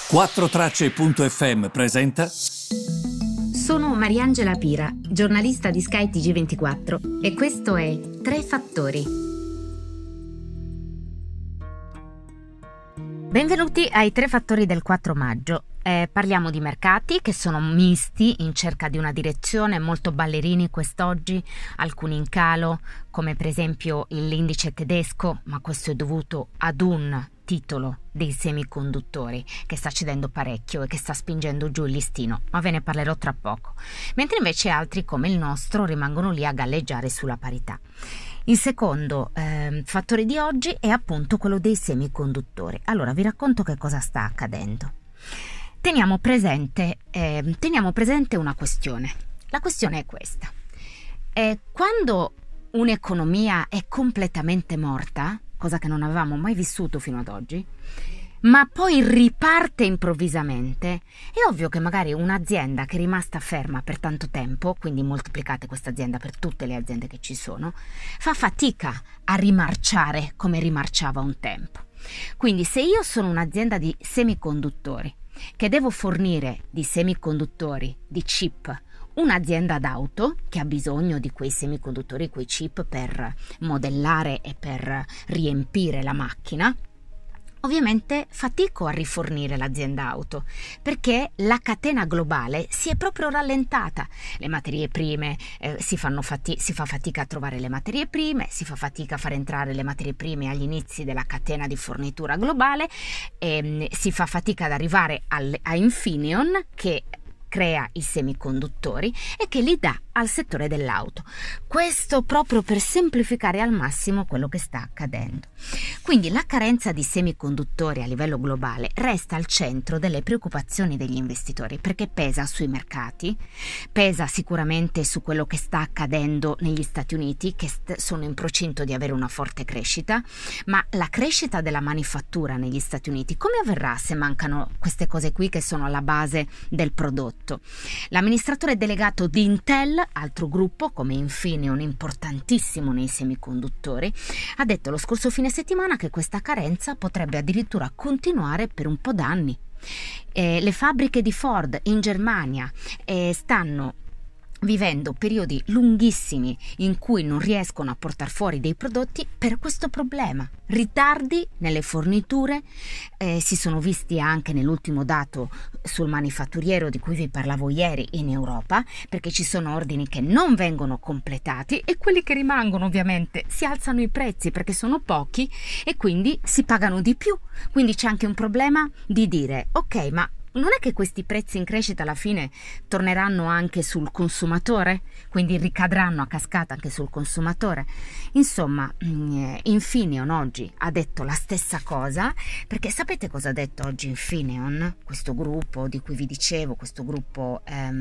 4Tracce.fm presenta. Sono Mariangela Pira, giornalista di Sky TG24 e questo è Tre Fattori. Benvenuti ai Tre Fattori del 4 maggio. Parliamo di mercati che sono misti, in cerca di una direzione, molto ballerini quest'oggi, alcuni in calo, come per esempio l'indice tedesco, ma questo è dovuto ad un titolo dei semiconduttori che sta cedendo parecchio e che sta spingendo giù il listino, ma ve ne parlerò tra poco, mentre invece altri come il nostro rimangono lì a galleggiare sulla parità. Il secondo fattore di oggi è appunto quello dei semiconduttori. Allora vi racconto che cosa sta accadendo. Teniamo presente una questione. La questione è questa. Quando un'economia è completamente morta, cosa che non avevamo mai vissuto fino ad oggi, ma poi riparte improvvisamente, è ovvio che magari un'azienda che è rimasta ferma per tanto tempo, quindi moltiplicate questa azienda per tutte le aziende che ci sono, fa fatica a rimarciare come rimarciava un tempo. Quindi se io sono un'azienda di semiconduttori che devo fornire di semiconduttori, di chip, un'azienda d'auto che ha bisogno di quei semiconduttori, quei chip per modellare e per riempire la macchina, ovviamente fatico a rifornire l'azienda auto perché la catena globale si è proprio rallentata. Le materie prime si fa fatica a trovare le materie prime, si fa fatica a far entrare le materie prime agli inizi della catena di fornitura globale, si fa fatica ad arrivare a Infineon che crea i semiconduttori e che li dà al settore dell'auto. Questo proprio per semplificare al massimo quello che sta accadendo. Quindi la carenza di semiconduttori a livello globale resta al centro delle preoccupazioni degli investitori perché pesa sui mercati, pesa sicuramente su quello che sta accadendo negli Stati Uniti che sono in procinto di avere una forte crescita, ma la crescita della manifattura negli Stati Uniti come avverrà se mancano queste cose qui che sono alla base del prodotto? L'amministratore delegato di Intel, altro gruppo come Infineon importantissimo nei semiconduttori, ha detto lo scorso fine settimana che questa carenza potrebbe addirittura continuare per un po' d'anni. Le fabbriche di Ford in Germania stanno vivendo periodi lunghissimi in cui non riescono a portare fuori dei prodotti per questo problema. Ritardi nelle forniture si sono visti anche nell'ultimo dato sul manifatturiero di cui vi parlavo ieri in Europa, perché ci sono ordini che non vengono completati e quelli che rimangono ovviamente si alzano i prezzi perché sono pochi e quindi si pagano di più. Quindi c'è anche un problema di dire ok, ma non è che questi prezzi in crescita alla fine torneranno anche sul consumatore? Quindi ricadranno a cascata anche sul consumatore? Insomma, Infineon oggi ha detto la stessa cosa, perché sapete cosa ha detto oggi Infineon? Questo gruppo di cui vi dicevo, questo gruppo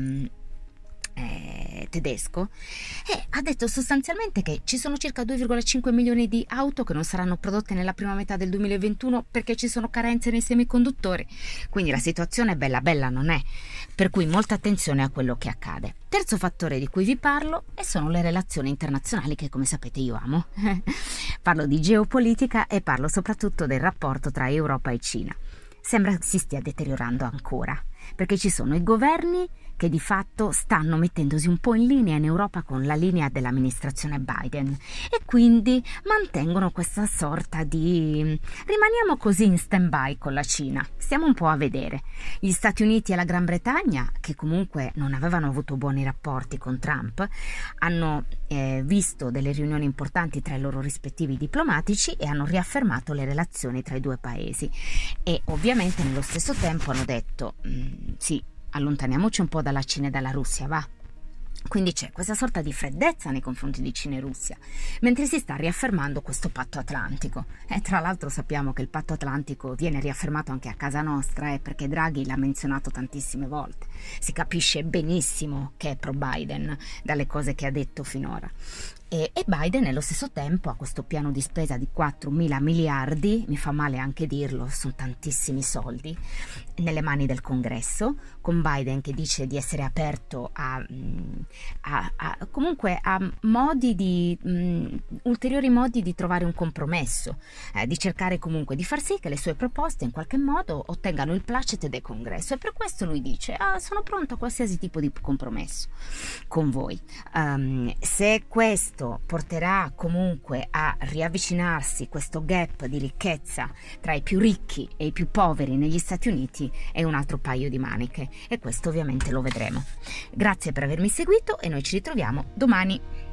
tedesco, ha detto sostanzialmente che ci sono circa 2,5 milioni di auto che non saranno prodotte nella prima metà del 2021 perché ci sono carenze nei semiconduttori. Quindi la situazione bella bella non è, per cui molta attenzione a quello che accade. Terzo fattore di cui vi parlo sono le relazioni internazionali che come sapete io amo. Parlo di geopolitica e parlo soprattutto del rapporto tra Europa e Cina. Sembra si stia deteriorando ancora perché ci sono i governi che di fatto stanno mettendosi un po' in linea in Europa con la linea dell'amministrazione Biden e quindi mantengono questa sorta di rimaniamo così in stand-by con la Cina, stiamo un po' a vedere. Gli Stati Uniti e la Gran Bretagna, che comunque non avevano avuto buoni rapporti con Trump, hanno visto delle riunioni importanti tra i loro rispettivi diplomatici e hanno riaffermato le relazioni tra i due paesi e ovviamente nello stesso tempo hanno detto sì, allontaniamoci un po' dalla Cina e dalla Russia, va? Quindi c'è questa sorta di freddezza nei confronti di Cina e Russia, mentre si sta riaffermando questo patto atlantico. E tra l'altro sappiamo che il patto atlantico viene riaffermato anche a casa nostra, perché Draghi l'ha menzionato tantissime volte. Si capisce benissimo che è pro Biden dalle cose che ha detto finora. E Biden nello stesso tempo ha questo piano di spesa di 4.000 miliardi, mi fa male anche dirlo, sono tantissimi soldi, nelle mani del Congresso, con Biden che dice di essere aperto comunque a ulteriori modi di trovare un compromesso, di cercare comunque di far sì che le sue proposte in qualche modo ottengano il placet del Congresso, e per questo lui dice sono pronto a qualsiasi tipo di compromesso con voi. Se questo porterà comunque a riavvicinarsi questo gap di ricchezza tra i più ricchi e i più poveri negli Stati Uniti, è un altro paio di maniche, e questo ovviamente lo vedremo. Grazie per avermi seguito e noi ci ritroviamo domani.